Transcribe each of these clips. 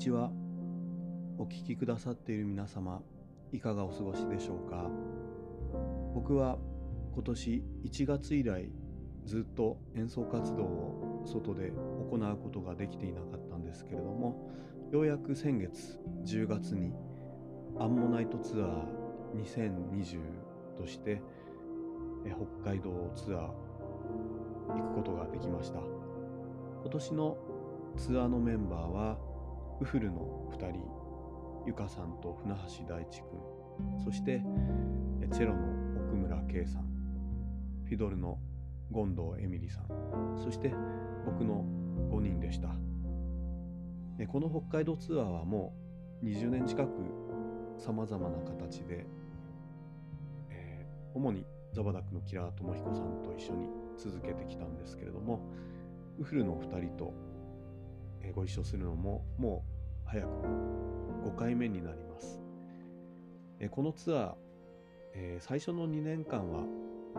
ちは。お聞きくださっている皆様、いかがお過ごしでしょうか。僕は今年1月以来、ずっと演奏活動を外で行うことができていなかったんですけれども、ようやく先月10月にアンモナイトツアー2020として北海道ツアー行くことができました。今年のツアーのメンバーはウフルの2人、ゆかさんと船橋大地くん、そしてチェロの奥村圭さん、フィドルの権藤エミリさん、そして僕の5人でした。この北海道ツアーはもう20年近くさまざまな形で、主にザバダックのキラー智彦さんと一緒に続けてきたんですけれども、ウフルの2人とご一緒するのももう早くも5回目になります。このツアー、最初の2年間は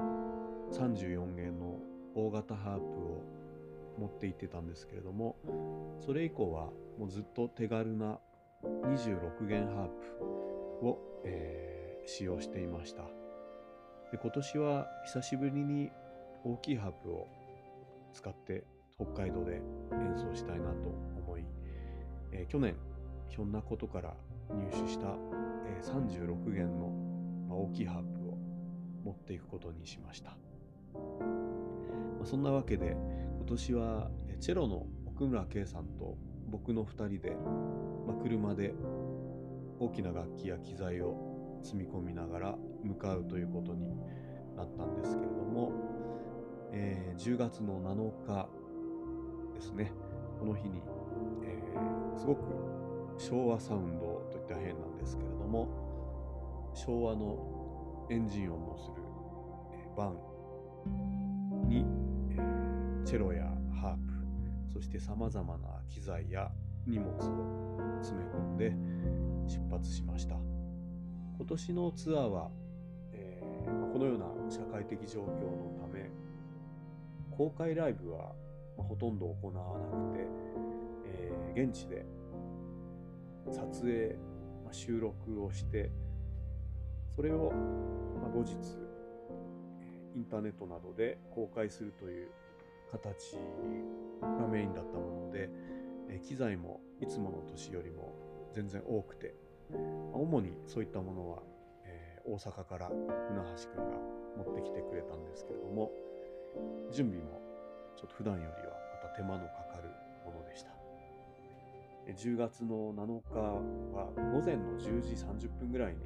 34弦の大型ハープを持って行ってたんですけれども、それ以降はもうずっと手軽な26弦ハープを、使用していました。で、今年は久しぶりに大きいハープを使って北海道で演奏したいなと思い、去年ひょんなことから入手した、36弦の、大きいハープを持っていくことにしました。そんなわけで今年はチェロの奥村圭さんと僕の2人で、車で大きな楽器や機材を積み込みながら向かうということになったんですけれども、10月の7日ですね、この日に、すごく昭和サウンドといったら変なんですけれども、昭和のエンジン音のする、バンに、チェロやハープ、そしてさまざまな機材や荷物を詰め込んで出発しました。今年のツアーは、このような社会的状況のため公開ライブは、ほとんど行わなくて、現地で撮影、収録をして、それを、後日インターネットなどで公開するという形がメインだったもので、機材もいつもの年よりも全然多くて、主にそういったものは、大阪から船橋くんが持ってきてくれたんですけれども、準備もちょっと普段よりはまた手間のかかるものでした。10月の7日は午前の10時30分ぐらいに、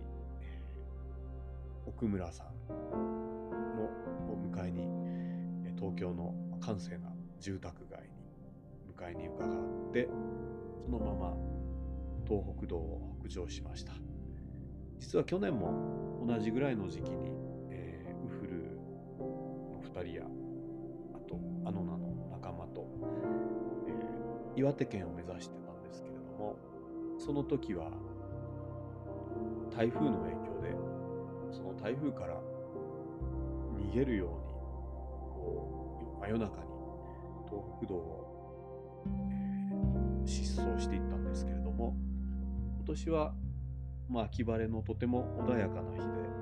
奥村さんのお迎えに、東京の閑静な住宅街に迎えに伺って、そのまま東北道を北上しました。実は去年も同じぐらいの時期に、ウフルの2人や、あとアノナの仲間と、岩手県を目指してたんですけれども、その時は台風の影響で、その台風から逃げるように真夜中に東北道を、疾走していったんですけれども、今年は秋晴れのとても穏やかな日で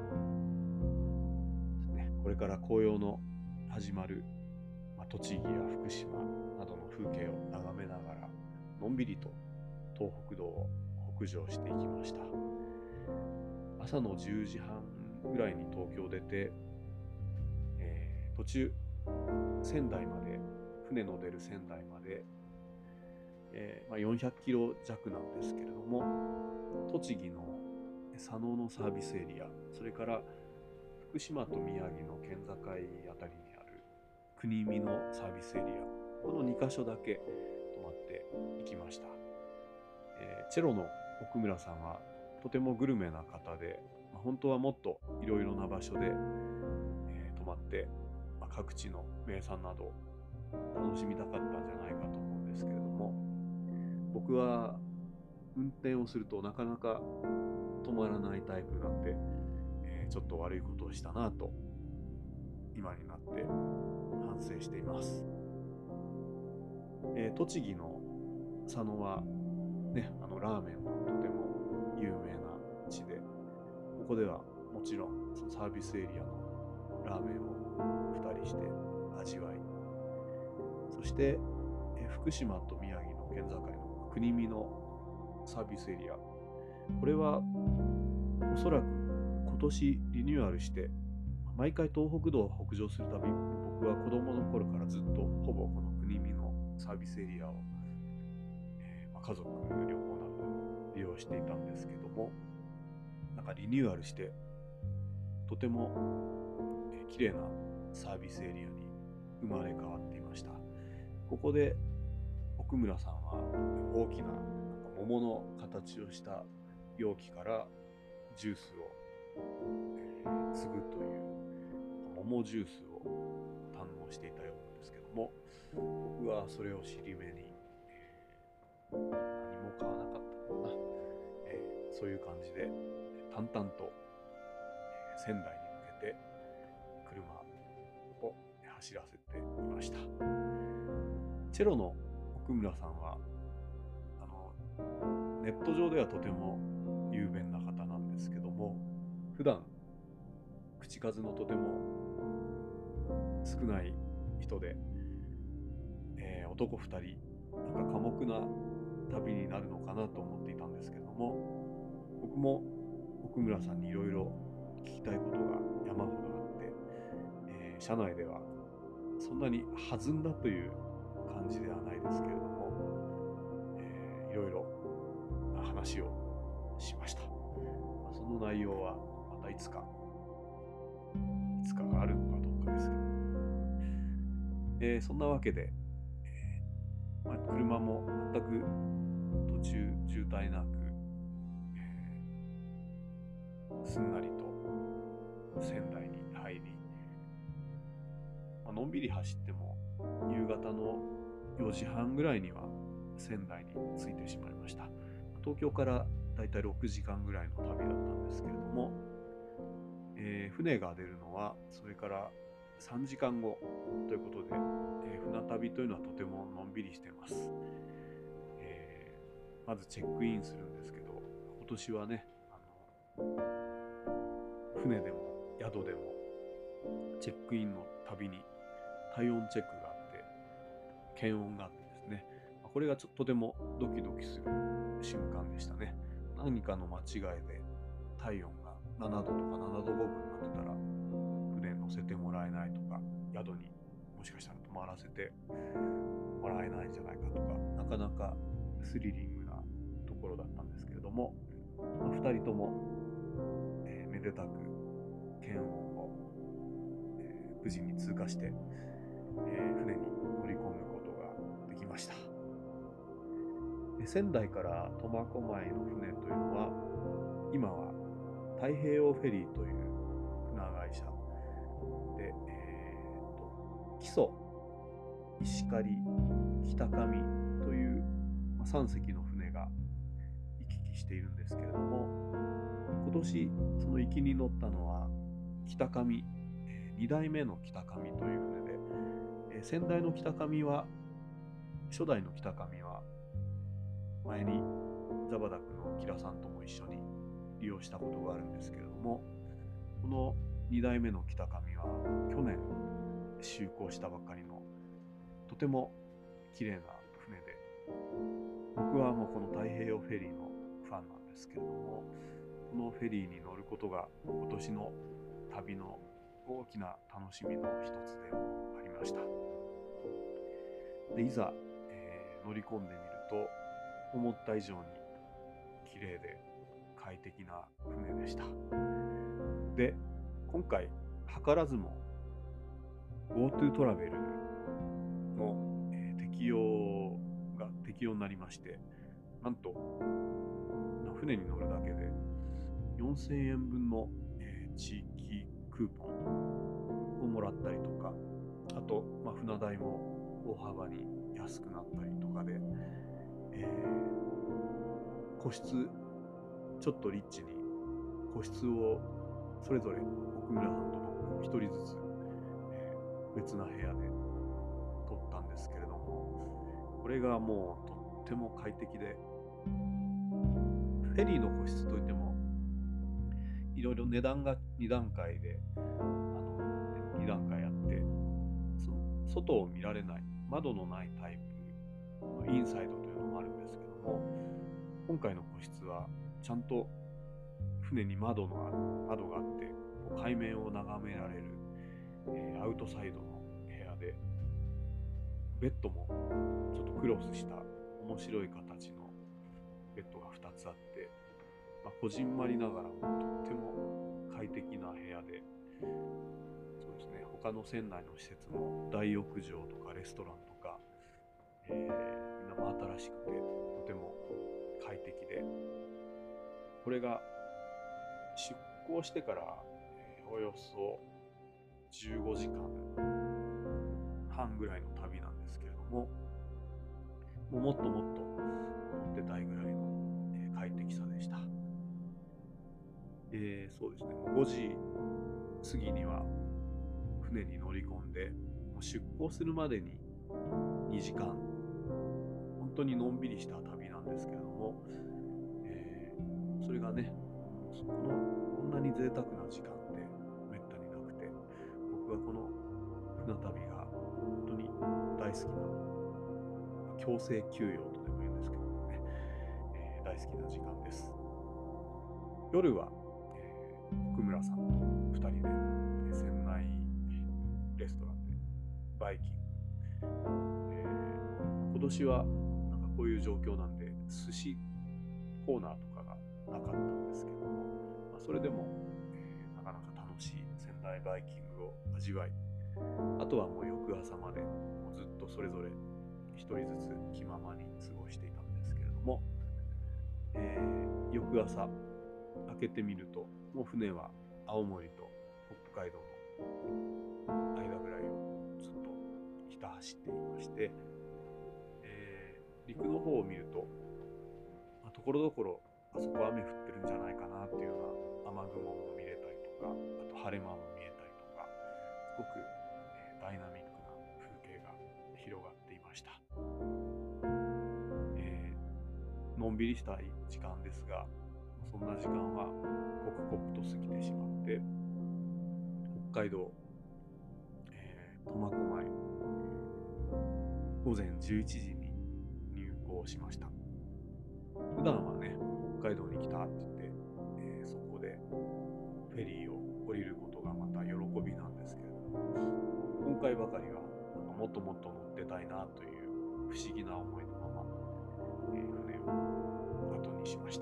ですね、これから紅葉の始まる、栃木や福島などの風景を眺めながらのんびりと東北道を北上していきました。朝の10時半ぐらいに東京出て、途中仙台まで、船の出る仙台まで、400キロ弱なんですけれども、栃木の佐野のサービスエリア、それから福島と宮城の県境あたりにある国見のサービスエリア、この2カ所だけ泊まっていきました。チェロの奥村さんはとてもグルメな方で、本当はもっといろいろな場所で、泊まって、各地の名産など楽しみたかったんじゃないかと思うんですけれども、僕は運転をするとなかなか止まらないタイプなんで、ちょっと悪いことをしたなと今になって反省しています。栃木の佐野はね、ラーメンのとても有名な地で、ここではもちろんそのサービスエリアのラーメンを2人して味わい、そして福島と宮城の県境の国見のサービスエリア、これはおそらく今年リニューアルして、毎回東北道を北上するたび、僕は子供の頃からずっとほぼこの国見のサービスエリアを、家族旅行などでも利用していたんですけども、なんかリニューアルしてとても綺麗なサービスエリアに生まれ変わっていました。ここで奥村さんは大きななんか桃の形をした容器からジュースを、継ぐという桃ジュースを堪能していたようなんですけども、僕はそれを尻目に、何も買わなかったのかな、そういう感じで淡々と、仙台に向けて車を走らせていました。チェロの奥村さんはネット上ではとても雄弁な方なんですけども、普段口数のとても少ない人で、男2人なんか寡黙な旅になるのかなと思っていたんですけども、僕も奥村さんにいろいろ聞きたいことが山ほどあって、車内ではそんなに弾んだという感じではないですけれども、いろいろ話をしました。その内容はまたいつかがあるのかどうかですけど、そんなわけで、車も全く途中渋滞なく、すんなりと仙台に入り、のんびり走っても夕方の4時半ぐらいには仙台に着いてしまいました。東京からだいたい6時間ぐらいの旅だったんですけれども、船が出るのはそれから3時間後ということで、船旅というのはとてものんびりしています。まずチェックインするんですけど、今年はね、船でも宿でもチェックインのたびに体温チェックがあって、検温があってですね、これがとてもドキドキする瞬間でしたね。何かの間違いで体温が7度とか7度5分になってたら船乗せてもらえないとか、宿にもしかしたら泊まらせてもらえないんじゃないかとか、なかなかスリリングなところだったんですけれども、2人とも、めでたく検温を、無事に通過して、船に乗り込むことができました。仙台から苫小牧の船というのは今は太平洋フェリーという船会社で、木曽、石狩、北上という3隻の船が行き来しているんですけれども、今年その行きに乗ったのは北上、2代目の北上という船で、先代の北上は、初代の北上は前にザバダクのキラさんとも一緒に利用したことがあるんですけれども、この2代目の北上は去年就航したばかりのとても綺麗な船で、僕はもうこの太平洋フェリーのファンなんですけれども、このフェリーに乗ることが今年の旅の大きな楽しみの一つでもありました。で、いざ、乗り込んでみると思った以上に綺麗で快適な船でした。で、今回図らずも GoTo トラベルの、適用になりまして、なんと船に乗るだけで4000円分の、地域クーポンをもらったりとか、あと、船代も大幅に安くなったりとかで、個室、ちょっとリッチに個室をそれぞれ奥村さんと僕一人ずつ、別な部屋で取ったんですけれども、これがもうとっても快適で、 フェリーの個室といってもいろいろ値段が2段階で2段階あって、外を見られない窓のないタイプのインサイドというのもあるんですけども、今回の個室はちゃんと船に窓があって海面を眺められる、アウトサイドの部屋で、ベッドもちょっとクロスした面白い形のベッドが2つあって、こじんまりながらもとっても快適な部屋で、そうですね、他の船内の施設も大浴場とかレストランとか、みんなも新しくてとても快適で、これが出港してから、およそ15時間半ぐらいの旅なんですけれども、もっともっと乗ってたいぐらいの、快適さでした。そうですね、もう5時過ぎには船に乗り込んで、もう出港するまでに2時間、本当にのんびりした旅なんですけれども、それがね、こんなに贅沢な時間ってめったになくて、僕はこの船旅が本当に大好きな、強制休養とでも言うんですけどもね、大好きな時間です。夜は、奥村さんと2人で、船内レストランでバイキング、今年はなんかこういう状況なんで寿司コーナーとかがなかったんですけども、それでも、なかなか楽しい仙台バイキングを味わい、あとはもう翌朝までもうずっとそれぞれ一人ずつ気ままに過ごしていたんですけれども、翌朝開けてみると、もう船は青森と北海道の間ぐらいをずっとひた走っていまして、陸の方を見ると、ところどころあそこ雨降ってるんじゃないかなっていうような雨雲も見れたりとか、あと晴れ間も見えたりとか、すごく、ダイナミックな風景が広がっていました。のんびりしたい時間ですが、そんな時間は刻々と過ぎてしまって、北海道、苫小牧、午前11時に入港しました。普段はね、北海道に来たって言って、そこでフェリーを降りることがまた喜びなんですけれども、今回ばかりはもっともっと乗ってたいなという不思議な思いのまま、船を後にしました。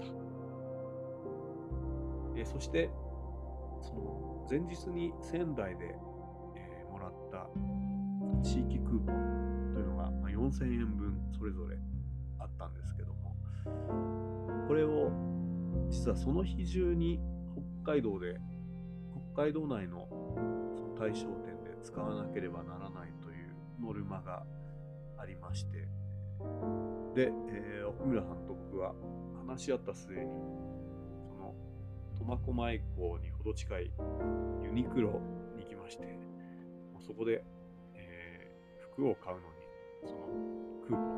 そしてその前日に仙台で、もらった地域クーポンというのが、4000円分それぞれあったんですけども、これを実はその日中に北海道内のその対象店で使わなければならないというノルマがありまして、で、奥村さんと僕は話し合った末に、その苫小牧港にほど近いユニクロに行きまして、そこで、服を買うのにそのクーポン、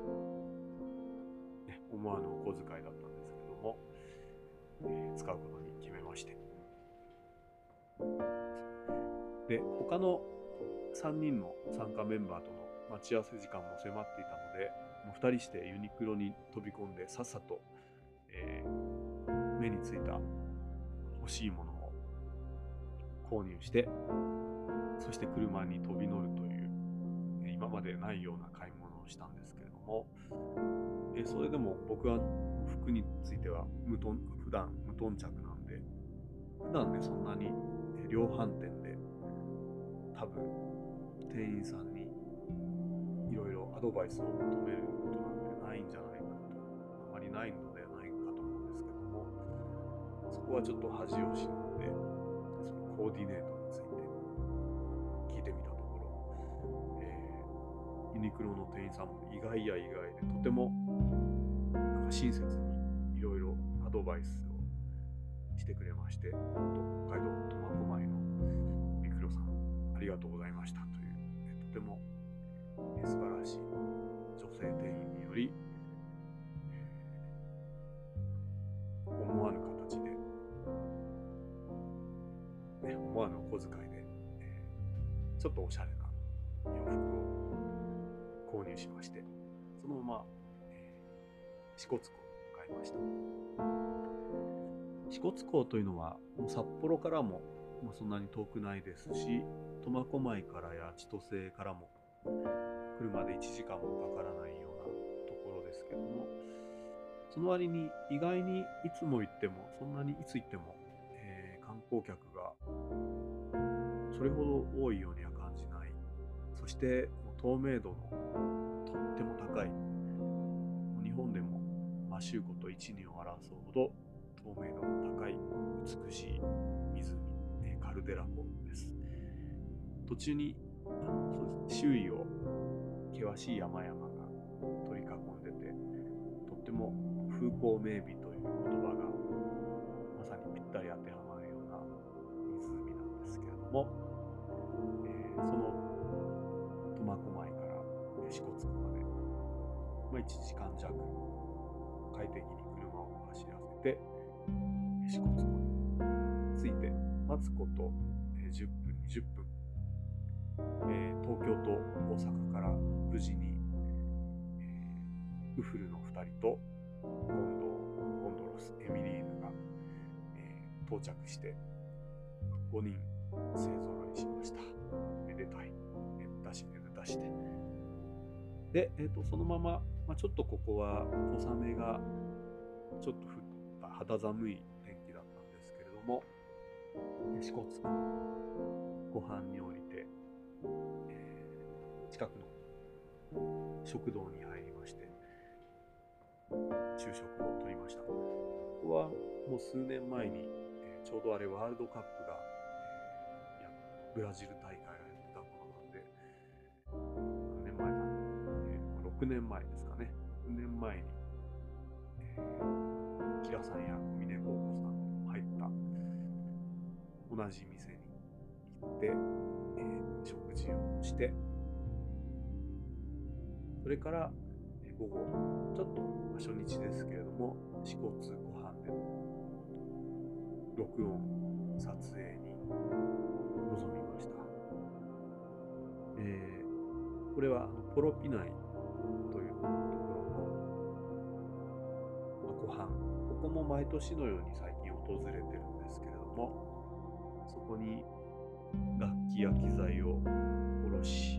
思わぬお小遣いだったんですけども、使うことに決めまして、で他の3人の参加メンバーとの待ち合わせ時間も迫っていたので、もう2人してユニクロに飛び込んでさっさと、目についた欲しいものを購入して、そして車に飛び乗るという、今までないような買い物をしたんですけれども、それでも僕は服については普段無頓着なんで、普段ねそんなに量販店で多分店員さんにいろいろアドバイスを求めることなんてないんじゃないかと、あまりないのではないかと思うんですけども、そこはちょっと恥を忍んでそのコーディネートについて聞いてみたところ、ユニクロの店員さんも意外や意外でとてもなんか親切にいろいろアドバイスをしてくれまして、北海道苫小牧のユニクロさんありがとうございましたという、とても素晴らしい女性店員により、 思わぬ形で、思わぬお小遣いで、ちょっとおしゃれな洋服を購入しまして、そのまま、支笏湖に向かいました。支笏湖というのはもう札幌からも、そんなに遠くないですし、苫小牧からや千歳からも車で1時間もかからないようなところですけども、その割に意外にいつも行っても、そんなにいつ行っても、観光客がそれほど多いようには感じない。そして透明度のとっても高い、日本でも摩周湖と一二を争うほど透明度の高い美しい湖、カルデラ湖です。途中にそうです、周囲を険しい山々が取り囲んでて、とっても風光明媚という言葉がまさにぴったり当てはまるような湖なんですけれども、その苫小牧から支笏湖まで、1時間弱快適に車を走らせて支笏湖に着いて、待つこと10分20分、東京と大阪から無事に、ウフルの2人とゴンドロス、エミリーヌが、到着して5人勢ぞろいしました。めでたい。めでたしめでたしで。で、そのまま、ちょっとここは小雨がちょっと降った肌寒い天気だったんですけれども、支笏湖湖畔に降りて、近くの食堂に入りまして昼食をとりました。ここはもう数年前に、ちょうどあれワールドカップが、ブラジル大会がやってた頃なんで、何年前だ、6年前ですかね。6年前に、キラさんや小峰高子さんと入った同じ店に行って、食事をして、それから午後ちょっと初日ですけれども、支笏湖畔での録音撮影に臨みました。これはポロピナイというところの湖畔、ここも毎年のように最近訪れてるんですけれども、そこに楽器や機材を下ろし、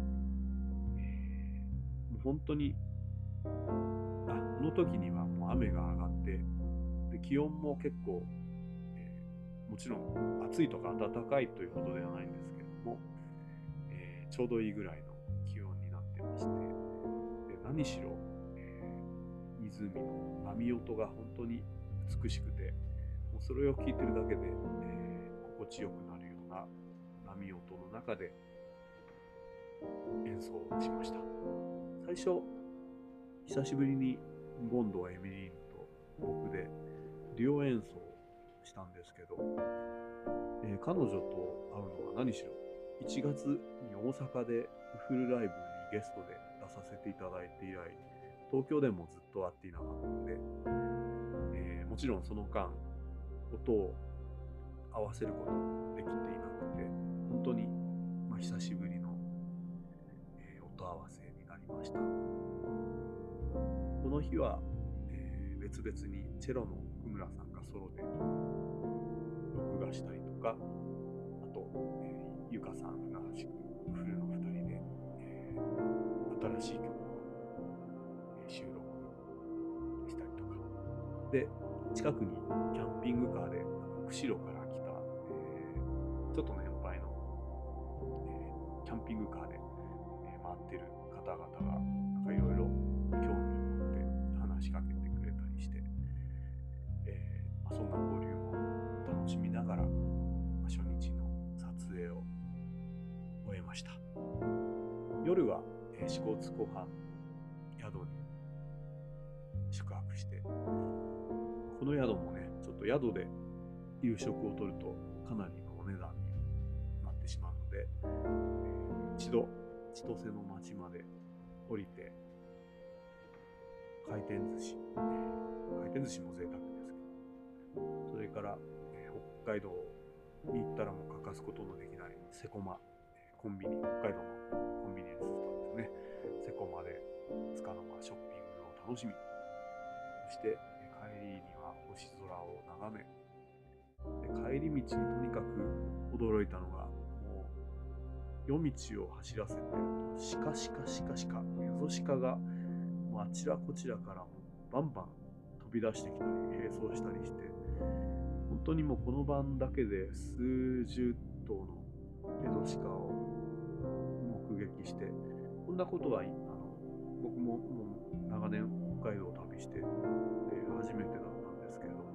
もう本当にこの時にはもう雨が上がって、で気温も結構、もちろん暑いとか暖かいというほどではないんですけれども、ちょうどいいぐらいの気温になってまして、で何しろ、湖の波音が本当に美しくて、もうそれを聞いてるだけで、心地よくなるような波音の中で演奏しました。最初久しぶりにゴンド、エミリーヌと僕でデュオ演奏したんですけど、彼女と会うのは何しろ1月に大阪でウフルライブにゲストで出させていただいて以来、東京でもずっと会っていなかったので、もちろんその間音を合わせることもできていなくて、本当に、久しぶりの、音合わせになりました。この日は、別々にチェロの奥村さんがソロで録画したりとか、あと、ゆかさん、船橋君、フルの2人で、新しい曲を、収録したりとかで、近くにキャンピングカーで釧路から来た、ちょっと年配の、キャンピングカーで、回ってる方々がいろいろ興味を持って話しかけてくれたりして、そんな交流も楽しみながら、初日の撮影を終えました。夜は、支笏湖畔宿に宿泊して、この宿もね、ちょっと宿で夕食をとるとかなりのお値段になってしまうので、一度千歳の町まで降りて回転寿司も贅沢ですけどそれから、北海道に行ったらもう欠かすことのできないセコマ、コンビニ、北海道のコンビニエンスストアですね。セコマでつかの間ショッピングを楽しみ、そして帰りには星空を眺め、で帰り道にとにかく驚いたのが、もう夜道を走らせてるとシカシカシカシカ、エゾシカがもうあちらこちらからもうバンバン飛び出してきたり並走したりして、本当にもうこの晩だけで数十頭のエゾシカを目撃して、こんなことは僕ももう長年北海道を旅して初めてだったんですけれども、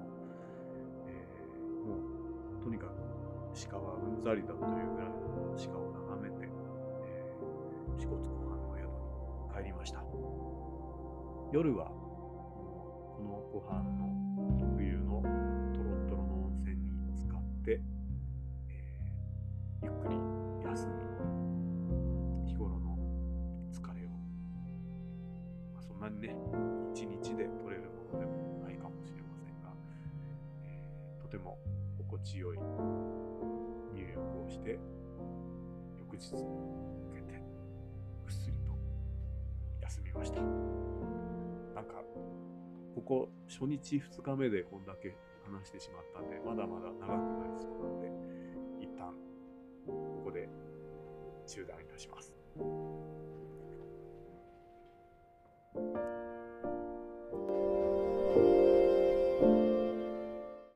もうとにかく鹿はうんざりだというぐらいの鹿を眺めて、支笏湖畔の宿に帰りました。夜はこの湖畔の特有のトロットロの温泉に浸かって、ゆっくり休み、日頃の疲れを、そんなにね一日で取れるものでもないかもしれませんが、とても心地よい入浴をして翌日に向けてぐっすりと休みました。なんかここ初日2日目でこんだけ話してしまったんで、まだまだ長くなりそうなので、一旦ここで中断いたします。